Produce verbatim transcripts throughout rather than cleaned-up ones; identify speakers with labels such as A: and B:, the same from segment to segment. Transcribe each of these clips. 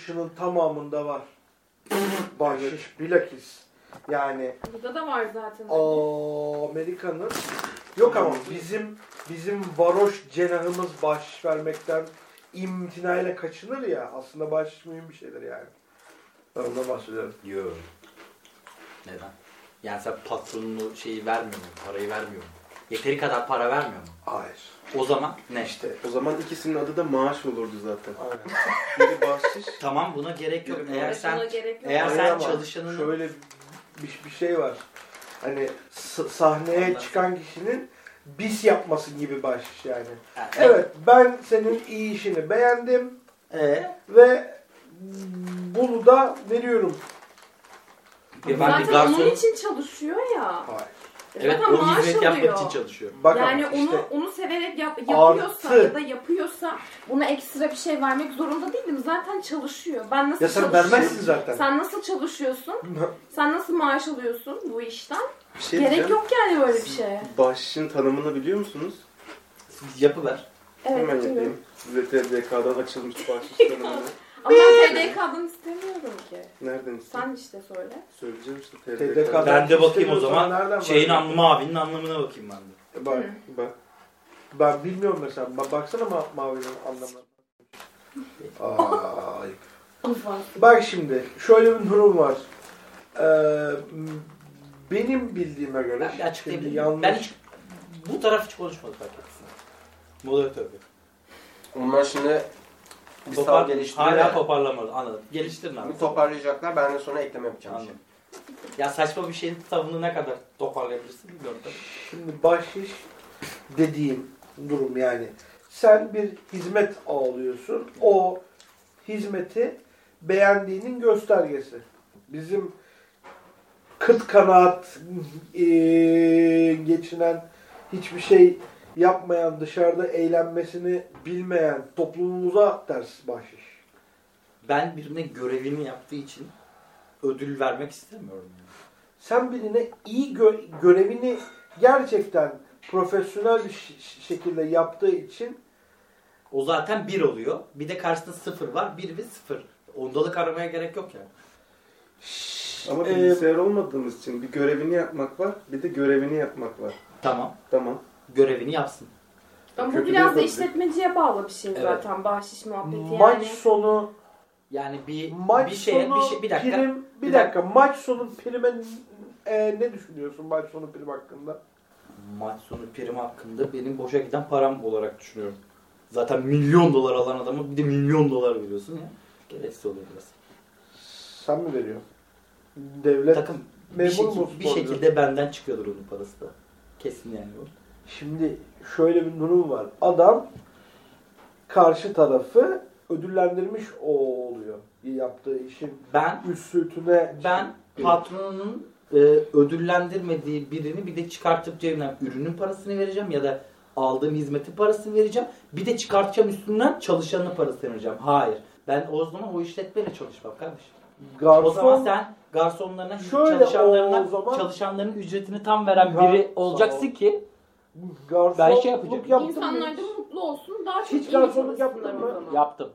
A: dışının tamamında var. Bahşiş bilakis. Yani
B: burada da var zaten.
A: o Amerika'nın yok ama bizim bizim varoş cenahımız bahşiş vermekten imtinayla kaçınır ya. Aslında bahşiş mühim bir şeydir yani. Ben ondan bahsediyorum.
C: Yok. Neden? Yani sen patronunu şeyi vermiyor mu? Parayı vermiyor mu? Yeteri kadar para vermiyor mu?
A: Hayır.
C: O zaman ne?
A: İşte.
D: O zaman ikisinin adı da maaş olurdu zaten.
A: Aynen.
D: Biri bahşiş.
C: Tamam, buna gerek yok. Eğer
B: Evet,
C: sen
B: buna gerek yok.
C: eğer
A: Hayır
C: sen
A: ama
C: çalışanını
A: şöyle bir, bir şey var. Hani s- sahneye
C: Anladım.
A: çıkan kişinin bis yapması gibi bahşiş yani.
C: yani,
A: Evet, ben senin iyi işini beğendim
C: Ee,
A: ve bunu da veriyorum.
C: Ya ben bir
B: Zaten
C: garson-
B: onun için çalışıyor ya.
A: Hayır.
C: evet,
B: Zaten
C: o
B: maaş
C: hizmet yapmak
B: alıyor.
C: için çalışıyor.
A: Bak
B: Yani
A: ama
B: onu
A: işte
B: onu severek yap, yapıyorsa
A: Artı.
B: ya da yapıyorsa buna ekstra bir şey vermek zorunda değilim. Zaten çalışıyor. Ben nasıl
A: ya sen
B: çalışıyorum?
A: vermezsin zaten.
B: Sen nasıl çalışıyorsun? Sen nasıl maaş alıyorsun bu işten?
D: Bir şey
B: Gerek
D: diyeceğim.
B: yok yani böyle bir şeye.
D: Bahşişin tanımını biliyor musunuz?
C: Yapıver.
B: Evet,
D: Hemen
B: biliyorum.
D: yapayım. Size T D K'dan açılmış bahşiş tanımını.
B: Ama ben T D K'dan istemiyorum ki.
D: Nereden istiyorsun?
B: Sen işte söyle.
D: Söyleyeceğim işte
A: T
D: T
A: D
D: D
A: K'dan.
D: K'dan.
C: Ben de bakayım o
A: istemiyorsan
C: zaman.
A: nereden
C: Şeyin
A: bakayım?
C: anlamı, mavinin anlamına bakayım ben de.
A: Bak,
D: Bak.
A: ben bilmiyorum mesela. Ba- Baksana ma- mavinin anlamına. Ay. Bak şimdi, şöyle bir durum var. Ee, benim bildiğime göre,
C: Ben bir açıklayabilir
A: şimdi
C: miyim?
A: yanlış...
C: Ben hiç bu taraf hiç konuşmadı fark etsin. Moderatör bey.
E: Onlar şimdi bir
C: Topar-
E: sağ geliştiriyor
C: Hala
E: ya.
C: toparlamadı. Anladım. Geliştirin abi.
E: Bir toparlayacaklar. Ben de sonra ekleme yapacağım.
C: Anladım. Ya saçma bir şeyin savunu ne kadar toparlayabilirsin bilmiyorum tabii.
A: Şimdi bahşiş dediğim durum yani. Sen bir hizmet alıyorsun. O hizmeti beğendiğinin göstergesi. Bizim kıt kanaat eee, geçinen, hiçbir şey yapmayan, dışarıda eğlenmesini bilmeyen toplumumuza ters bahşiş.
C: Ben birine görevini yaptığı için ödül vermek istemiyorum. Yani.
A: Sen birine iyi gö- görevini gerçekten profesyonel bir ş- şekilde yaptığı için
C: O zaten bir oluyor. Bir de karşısında sıfır var. Bir ve sıfır. Ondalık aramaya gerek yok yani.
D: Ama
A: Ee,
D: bilgisayar olmadığımız için bir görevini yapmak var, bir de görevini yapmak var.
C: Tamam.
D: Tamam.
C: Görevini yapsın.
B: Ama bu
D: Kötü
B: biraz da
D: değil
B: işletmeciye bağlı bir şey
C: Evet.
B: zaten bahşiş muhabbeti
A: maç
B: yani.
A: sonu
C: Yani bir
A: maç
C: bir şeye
A: sonu
C: bir şey bir dakika.
A: prim, bir,
C: Bir
A: dakika. maç sonu prime e, ne düşünüyorsun maç sonu prim hakkında?
C: Maç sonu prim hakkında benim boşa giden param olarak düşünüyorum. Zaten milyon dolar alan adama bir de milyon dolar veriyorsun ya. Gereksiz oluyor biraz.
A: Sen mi veriyorsun? Devlet
C: Takım bir,
A: memur
C: şekil,
A: mu
C: bir
A: sporcu?
C: şekilde benden çıkıyordur onun parası da. Kesin yani o.
A: Şimdi şöyle bir durum var. Adam karşı tarafı ödüllendirmiş o oluyor. Yaptığı işin
C: Ben
A: üstüne
C: ben patronunun e, ödüllendirmediği birini bir de çıkartıp cebimden ürünün parasını vereceğim ya da aldığım hizmetin parasını vereceğim. Bir de çıkartacağım üstünden çalışanın parasını vereceğim. Hayır. Ben o zaman o işletmeyle çalışmam kardeşim.
A: garson
C: O zaman sen garsonlarına,
A: Şöyle
C: çalışanlarına,
A: o zaman-
C: çalışanların ücretini tam veren
A: Gar-
C: biri olacaksın ki
A: garsonluk
C: Ben şey yapacağım.
A: yaptın
B: İnsanlar
A: mı?
B: da mutlu olsun. Daha çok
A: Hiç
B: iyi
A: garsonluk
B: çalışsınlar
A: yaptın
B: o
A: mı?
B: zaman.
C: yaptım.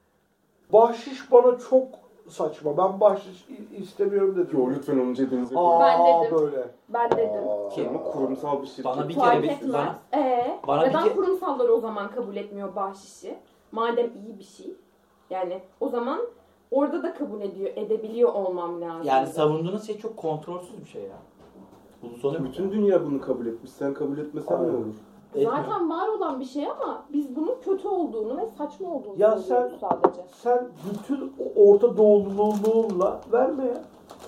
A: Bahşiş bana çok saçma. Ben bahşiş i- istemiyorum dedim.
D: Yo lütfen onu cebinize koyun.
A: Aa,
B: Ben dedim.
A: böyle.
B: Ben dedim.
A: Aa.
C: Kim?
D: Ama kurumsal bir şirket.
C: Bana bir
B: Fark
C: kere bir
B: etmez.
C: bana,
B: Ee,
C: bana bir
B: neden
C: ke-
B: kurumsallar o zaman kabul etmiyor bahşişi? Madem iyi bir şey. Yani o zaman orada da kabul ediyor, edebiliyor olmam lazım.
C: yani savunduğunuz şey çok kontrolsüz bir şey ya. Bunun sonu
D: Bütün
C: bütün
D: dünya bunu kabul etmiş. Sen kabul etmesen ne olur?
B: Zaten var olan bir şey ama biz bunun kötü olduğunu ve saçma olduğunu
A: Ya
B: söylüyoruz
A: sen-
B: sadece.
A: Sen bütün o Orta Doğululuğunla verme ya.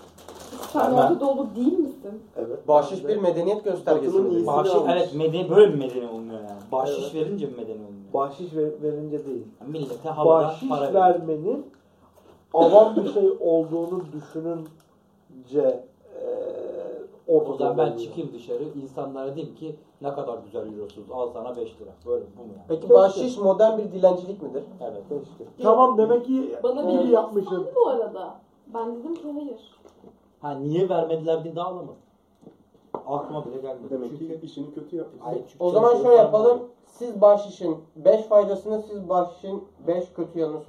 B: Sen
C: Ben-
B: Orta Doğulu değil misin?
A: Evet.
E: Bahşiş
A: ben de.
E: bir medeniyet göstergesi.
D: Batının iyisi.
C: bahşiş,
D: almış.
C: evet medeni, böyle bir medeni olmuyor yani. Bahşiş
A: Evet.
C: verince mi medeni olmuyor?
A: Bahşiş ver- verince değil.
C: Yani millete havadan
A: Bahşiş
C: para veriyor.
A: vermenin avam bir şey olduğunu düşününce e, Orta
F: O zaman ben
A: Doğulu.
F: çıkayım dışarı, insanlara diyeyim ki ne kadar güzel yürüyorsunuz, al sana beş lira. Böyle bu mu yani?
E: Peki bahşiş modern bir dilencilik midir?
F: Evet.
A: Keşke. Tamam demek ki
B: Bana
A: iyi
B: bir
A: yapmışım.
B: yapmışım bu arada. Ben dedim ki hayır.
F: Ha niye vermediler diye daha alamadım. Aklıma bile gelmedi.
D: Demek
F: Çünkü,
D: ki işini kötü yapmış.
F: Hayır, çünkü
E: O zaman
F: çalışıyorum,
E: şöyle
F: ben
E: yapalım. Siz bahşişin beş faydasını, siz bahşişin beş kötü yanını söyleyin.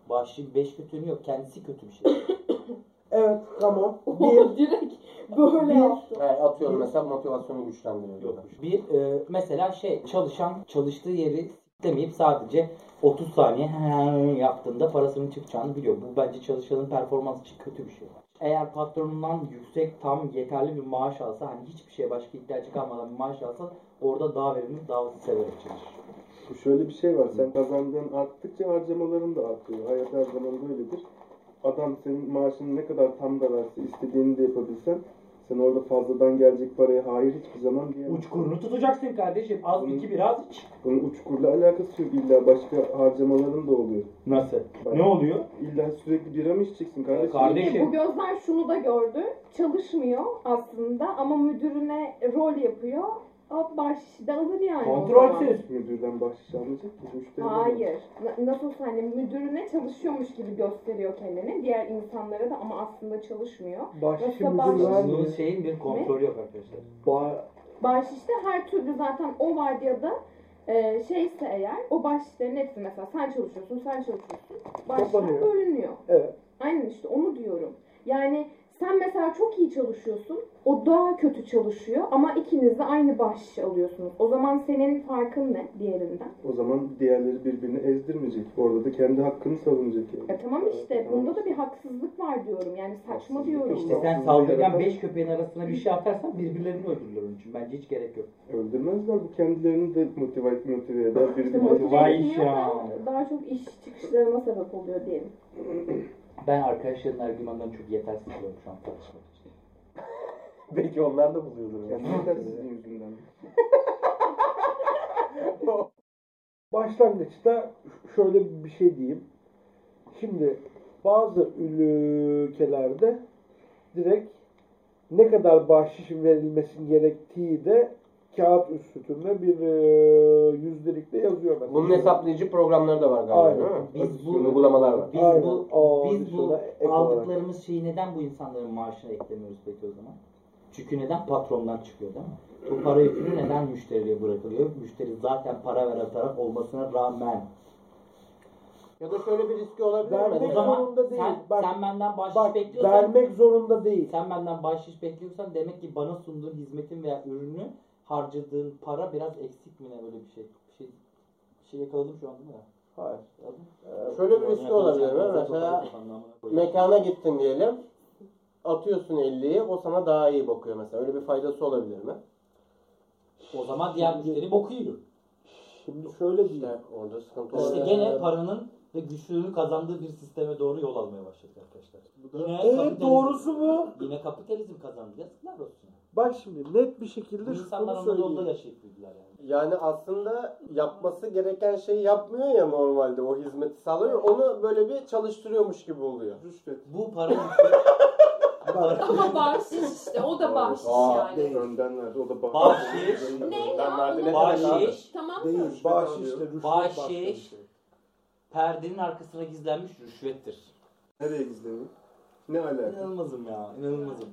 F: Bahşişin beş kötü yönü yok. Kendisi kötü bir şey.
A: Evet tamam.
B: O
A: Bir,
B: direkt böyle
A: Bir-
B: yaptı.
E: Yani atıyorum mesela motivasyonu güçlendiriyor.
F: Yok. Bir e, mesela şey çalışan çalıştığı yeri demeyip sadece otuz saniye yaptığında parasının çıkacağını biliyor. Bu bence çalışanın performansı için kötü bir şey. Eğer patronundan yüksek, tam yeterli bir maaş alsa, hani hiçbir şeye başka ihtiyacı kalmadan bir maaş alsa, orada daha verimli, daha severek çalışır.
D: Bu şöyle bir şey var. Sen kazandığın arttıkça harcamaların da artıyor. Hayat her zaman böyledir. Adam senin maaşını ne kadar tam da verse, istediğini de yapabilsen, sen orada fazladan gelecek paraya hayır hiçbir zaman diyemezsin.
F: Uçkurunu tutacaksın kardeşim. Az
D: Bunun-
F: iki biraz iç.
D: Bunun uçkurla alakası yok. İlla başka harcamaların da oluyor.
F: Nasıl?
D: Bak.
F: Ne oluyor?
D: İlla sürekli bira mı içeceksin kardeşim?
F: Kardeşim.
B: Peki bu gözler şunu da gördü. Çalışmıyor aslında ama müdürüne rol yapıyor. O bahşişi de alır yani. o zaman.
F: Kontrolsüz.
D: Müdürden bahşiş almayacak ki. Müşteri
B: Hayır. Na- Nasıl olsa hani müdürüne çalışıyormuş gibi gösteriyor kendini. Diğer insanlara da ama aslında çalışmıyor.
A: bahşişi
B: Yoksa
A: müdür
B: bahşiş-
A: vermiyor.
F: Bunun şeyin bir kontrolü yok arkadaşlar.
A: Ba-
B: Bahşişte her türlü zaten o vardiyada e, şeyse eğer o bahşişlerin hepsi mesela sen çalışıyorsun, sen çalışıyorsun. Bahşişler
A: Toplanıyor.
B: bölünüyor.
A: Evet.
B: Aynen işte onu diyorum. Yani sen mesela çok iyi çalışıyorsun, o daha kötü çalışıyor ama ikiniz de aynı bahşişi alıyorsunuz. O zaman senin farkın ne diğerinden?
D: O zaman diğerleri birbirini ezdirmeyecek. Orada da kendi hakkını savunacak yani.
B: E tamam işte bunda da bir haksızlık var diyorum. Yani saçma
D: Haksızlık
B: diyorum.
F: İşte
B: bu.
F: sen saldırgan beş köpeğin arasına bir şey atarsan birbirlerini öldürürler onun için. Bence hiç gerek yok.
D: Öldürmezler, bu kendilerini de motive, motive eder.
B: İşte
D: Birini
B: motive
F: Vay
B: etmiyor da
F: ya.
B: daha çok iş çıkışlarına sebep oluyor diyelim.
F: Ben arkadaşların argümanlarını çok yetersiz buluyorum şu an tartışmak için.
E: Belki onlar da buluyordur.
D: Kendi yetersizliğin yüzünden.
A: Başlangıçta şöyle bir şey diyeyim. Şimdi bazı ülkelerde direkt ne kadar bahşiş verilmesi gerektiği de kağıt üstünde bir e, yüzdelikte yazıyor mesela.
E: Bunun hesaplayıcı programları da var galiba
A: Aynen.
E: değil mi?
F: Biz bu-
E: uygulamalar var.
F: Biz
A: Aynen.
F: bu
A: Aa,
F: biz bu
A: dışında ek
F: aldıklarımız şeyi neden bu insanların maaşına eklemiyoruz peki o zaman? Çünkü neden patrondan çıkıyor değil mi? Bu para yükünü neden müşteriye bırakılıyor? Müşteri zaten para veren taraf olmasına rağmen.
E: Ya da şöyle bir riski olabilir mi?
A: Vermek
F: O
E: Mesela-
F: zaman
A: zorunda değil.
F: sen,
A: Bak-
F: sen benden bahşiş
A: Bak
F: bekliyorsan
A: vermek zorunda değil.
F: sen benden bahşiş bekliyorsan demek ki bana sunduğun hizmetin veya ürünü harcadığın para biraz eksik mi ne böyle bir şey. Bir şey, bir şey yakaladım şu an değil mi?
A: Hayır.
F: Yakaladım.
E: Şöyle bir riski olabilir mi? Mesela mekana gittin diyelim. Atıyorsun elliyi, o sana daha iyi bakıyor mesela. Öyle bir faydası olabilir mi?
F: O zaman diğer müşteri boku yiyor.
A: Şimdi şöyle diyeyim.
E: İşte orada sıkıntı
F: İşte
E: olabilir.
F: gene paranın ve güçlüğünü kazandığı bir sisteme doğru yol almaya başladık arkadaşlar. Yine
A: Evet
F: kapitalizm-
A: doğrusu bu.
F: Yine kapitalizm kazandı. Yazıklar olsun.
A: Bak şimdi net bir
F: Bu
A: şekilde
F: insanlar
A: şunu
F: Anadolu'da
A: söyleyeyim.
F: yaşayıp büyüdüler yani.
E: Yani aslında yapması gereken şeyi yapmıyor ya normalde, o hizmeti sağlıyor. Onu böyle bir çalıştırıyormuş gibi oluyor.
D: Rüşvet.
F: Bu para
B: Ama bahşiş işte o da bahşiş
E: Aa,
B: yani.
A: değil.
D: Önden verdi, o da bahşiş.
F: Bahşiş.
B: Ne
E: Ben
B: ya?
E: verdi, ne
B: Ona-
E: demek abi?
F: bahşiş,
B: Tamam.
A: Değil.
D: Rüşvet
A: Bahşiş
D: alıyor.
A: işte rüşvet
F: Bahşiş.
A: başka bir şey.
F: perdenin arkasına gizlenmiş rüşvettir.
D: Nereye gizleniyor? Ne alaka?
F: İnanılmazım ya, inanılmazım.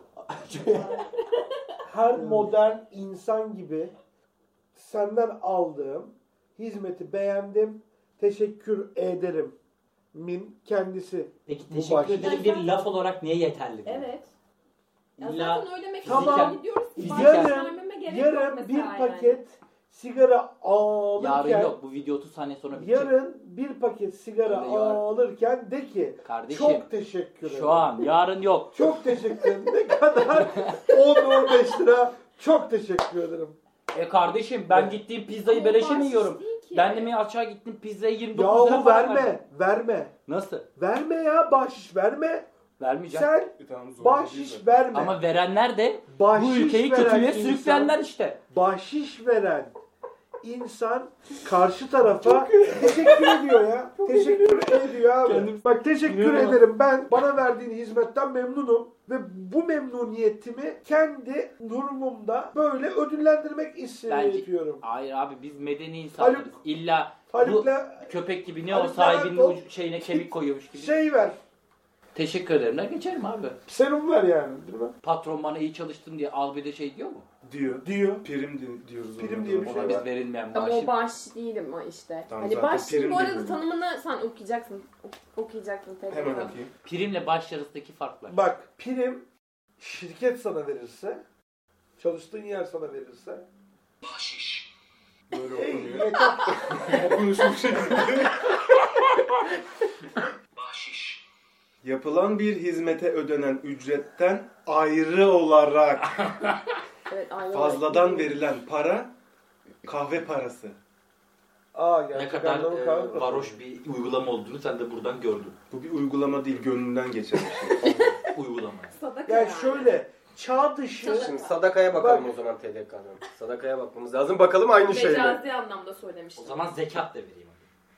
A: Her modern insan gibi senden aldığım hizmeti beğendim, teşekkür ederim min kendisi.
F: Peki
A: Bu
F: teşekkür
A: bahşiş.
F: ederim bir laf olarak niye yeterli? değil?
B: Evet. Ya
F: İlla
B: zaten öyle
A: Tamam.
B: mekanlara gidiyoruz ki
F: Fiziken-
B: bahşiş vermeme gerek yok
A: Yarın
B: mesela
A: bir
B: yani.
A: paket sigara alırken
F: Yarın yok, bu video otuz saniye sonra bitecek.
A: yarın bir paket sigara
F: Öyle yarın.
A: alırken de ki
F: Kardeşim,
A: çok teşekkür ederim.
F: şu an, yarın yok.
A: Çok teşekkür ederim. Ne kadar? on on beş lira. Çok teşekkür ederim.
F: E kardeşim ben gittiğim pizzayı
B: Ama
F: beleşe mi
B: bahşiş
F: yiyorum?
B: değil ki.
F: Ben de mi aşağı gittim pizzayı yirmi dokuz lira
A: Yahu
F: para
A: verme.
F: verdim.
A: Verme.
F: Nasıl?
A: Verme ya bahşiş verme.
F: Vermeyeceğim.
A: Sen
D: E tamam, zorunda değil
A: bahşiş
D: zaten.
A: verme.
F: Ama verenler de
A: bahşiş
F: bu ülkeyi
A: veren
F: kötüye
A: insan-
F: sürükleyenler işte.
A: Bahşiş veren insan karşı tarafa teşekkür ediyor ya. Teşekkür ediyor abi.
F: Kendim-
A: Bak teşekkür
F: İnanılmaz.
A: ederim. Ben bana verdiğin hizmetten memnunum ve bu memnuniyetimi kendi durumumda böyle ödüllendirmek istiyorum.
F: Hayır abi biz medeni insanlarız.
A: Haluk-
F: İlla bu
A: Haluk'la
F: köpek gibi ne o
A: Haluk
F: sahibinin
A: Levent ol.
F: ucu- şeyine kemik koyuyormuş gibi.
A: şey ver.
G: Teşekkür ederim der geçerim abi.
A: Serum ver yani. Değil mi?
G: Patron bana iyi çalıştın diye al bir de şey diyor mu?
D: Diyor.
A: Diyor.
D: Prim di- diyoruz.
A: Prim
D: ona
A: diye
D: da.
A: bir şey
G: Ona biz
A: var.
G: verilmeyen
B: Ama
G: maaşı.
B: o bağış değil ama işte.
D: Tamam,
B: hani
D: zaten
B: bağış
D: prim
B: bu arada
D: değil.
B: tanımını sen okuyacaksın. Ok- okuyacaksın T D K.
D: Hemen okuyayım.
G: Primle bağış arasındaki farklar.
A: Bak prim şirket sana verirse, çalıştığın yer sana verirse.
D: Böyle
A: Ey,
D: okunuyor.
A: yeter.
D: Okunuşu bu şekilde. Yapılan bir hizmete ödenen ücretten ayrı olarak
B: Evet, ayrı
D: fazladan
B: olarak.
D: verilen para kahve parası.
A: Aa,
C: Ne
A: gerçek
C: kadar
A: anlamı
C: e,
A: kalmadı.
C: varoş bir uygulama olduğunu sen de buradan gördün.
D: Bu bir uygulama değil, gönlünden geçen bir şey.
C: Uygulama.
B: Sadaka
A: Yani şöyle çağ dışı
E: Şimdi sadakaya bakalım
A: Bak.
E: o zaman T D K'dan. Sadakaya bakmamız lazım. Bakalım aynı şey mi?
B: Mecazi anlamda söylemiştim.
C: O zaman zekat da vereyim.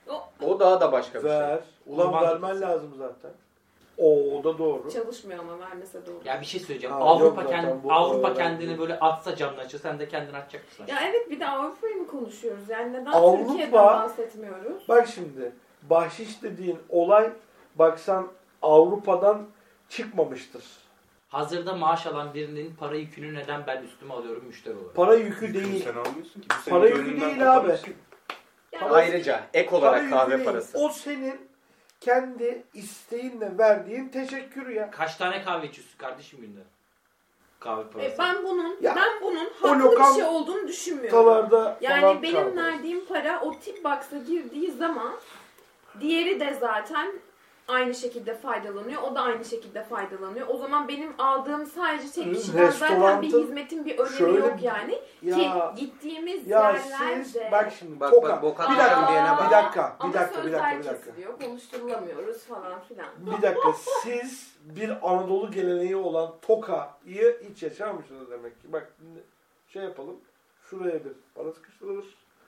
E: O daha da başka bir şey.
A: ver. Ulan
C: Kurban
A: vermen
C: gitsin.
A: lazım zaten. O, o da doğru.
B: Çalışmıyor ama vermese doğru.
C: Ya bir şey söyleyeceğim.
A: Ha,
C: Avrupa
A: yok zaten
C: kendi
A: bu-
C: Avrupa
A: e,
C: kendini böyle atsa camdan açsa sen de kendini atacak mısın?
B: Ya evet, bir de Avrupa'yı mı konuşuyoruz? Yani neden
A: Avrupa-
B: Türkiye'den bahsetmiyoruz?
A: Bak şimdi bahşiş dediğin olay baksan Avrupa'dan çıkmamıştır.
C: Hazırda maaş alan birinin para yükünü neden ben üstüme alıyorum müşteri olarak?
A: Para yükü
D: Yükünü
A: değil.
D: sen almıyorsun ki. Bu senin
A: Para yükü
D: gönlünden
A: değil
D: kopan
A: abi.
D: bir şey.
B: Yani
E: Ayrıca ek
A: Para
E: olarak
A: yükü
E: kahve
A: değil.
E: parası.
A: O senin kendi isteğinle verdiğin teşekkür ya.
C: Kaç tane kahve içiyorsun kardeşim günde? Kahve parası.
B: E, ben bunun
A: Ya,
B: ben bunun
A: o
B: haklı
A: lokal-
B: bir şey olduğunu düşünmüyorum.
A: Talarda
B: Yani
A: falan
B: benim
A: kaldı.
B: verdiğim para o tip box'a girdiği zaman diğeri de zaten aynı şekilde faydalanıyor. O da aynı şekilde faydalanıyor. O zaman benim aldığım sadece tek kişiden zaten bir
A: Restorantın
B: hizmetin bir önemi
A: şöyle
B: yok
A: bir-
B: yani.
A: Ya,
B: Ki gittiğimiz
A: ya
B: yerlerde...
A: siz bak şimdi
E: Bak,
A: Toka.
E: bak, Bokan
A: bir dakika,
E: Hocam diyene bak.
A: bir dakika,
B: Ama
A: bir dakika, bir dakika,
B: sözler
A: bir dakika.
B: kesiliyor, konuşturulamıyoruz falan filan.
A: Bir dakika, siz bir Anadolu geleneği olan Toka'yı hiç yaşamışsınız demek ki. Bak şimdi şey yapalım, şuraya bir para sıkıştırılır.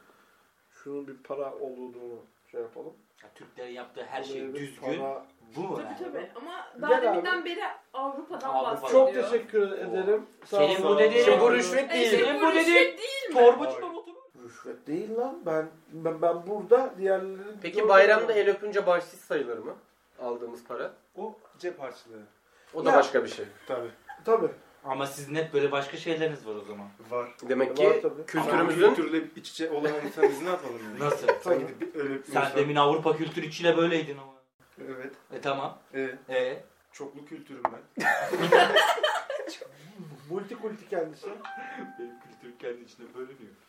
A: Şunun bir para olduğunu şey yapalım.
C: Ya Türklerin yaptığı her
A: Şuraya
C: şey
A: bir
C: düzgün.
A: para-
C: Bu mu?
B: Tabii
C: yani?
B: tabii ama
A: Gel
B: daha
A: abi.
B: deminden beri Avrupa'dan
C: Avrupa.
B: bahsediyor.
A: Çok teşekkür ederim. Sağ
C: Senin
A: olun.
C: bu dediğin-
E: Şimdi bu rüşvet
B: E,
E: değil.
B: senin bu
C: Bu dediğin-
B: rüşvet değil mi?
C: Torbacılar oturur.
A: Rüşvet değil lan. Ben ben, ben burada diğerleri...
E: Peki bayramda el öpünce bahşiş sayılır mı? Aldığımız para.
D: O cep harçlığı.
E: O da
A: Ya.
E: başka bir şey.
D: Tabii.
A: Tabii.
C: Ama sizin hep böyle başka şeyleriniz var o zaman.
D: Var.
E: Demek
A: Var
E: ki
A: tabii.
E: kültürümüzün
D: Kültürle iç içe olan insan biz ne yapalım yani?
C: Nasıl?
D: Sen gidip bir öyle bir
C: Sen
D: insan-
C: demin Avrupa kültürü içiyle böyleydin ama.
D: Evet.
C: E tamam.
D: E,
C: E
D: çoklu kültürüm ben.
A: Multikulti kendisi.
C: benim kültürüm kendi içinde böyle diyor.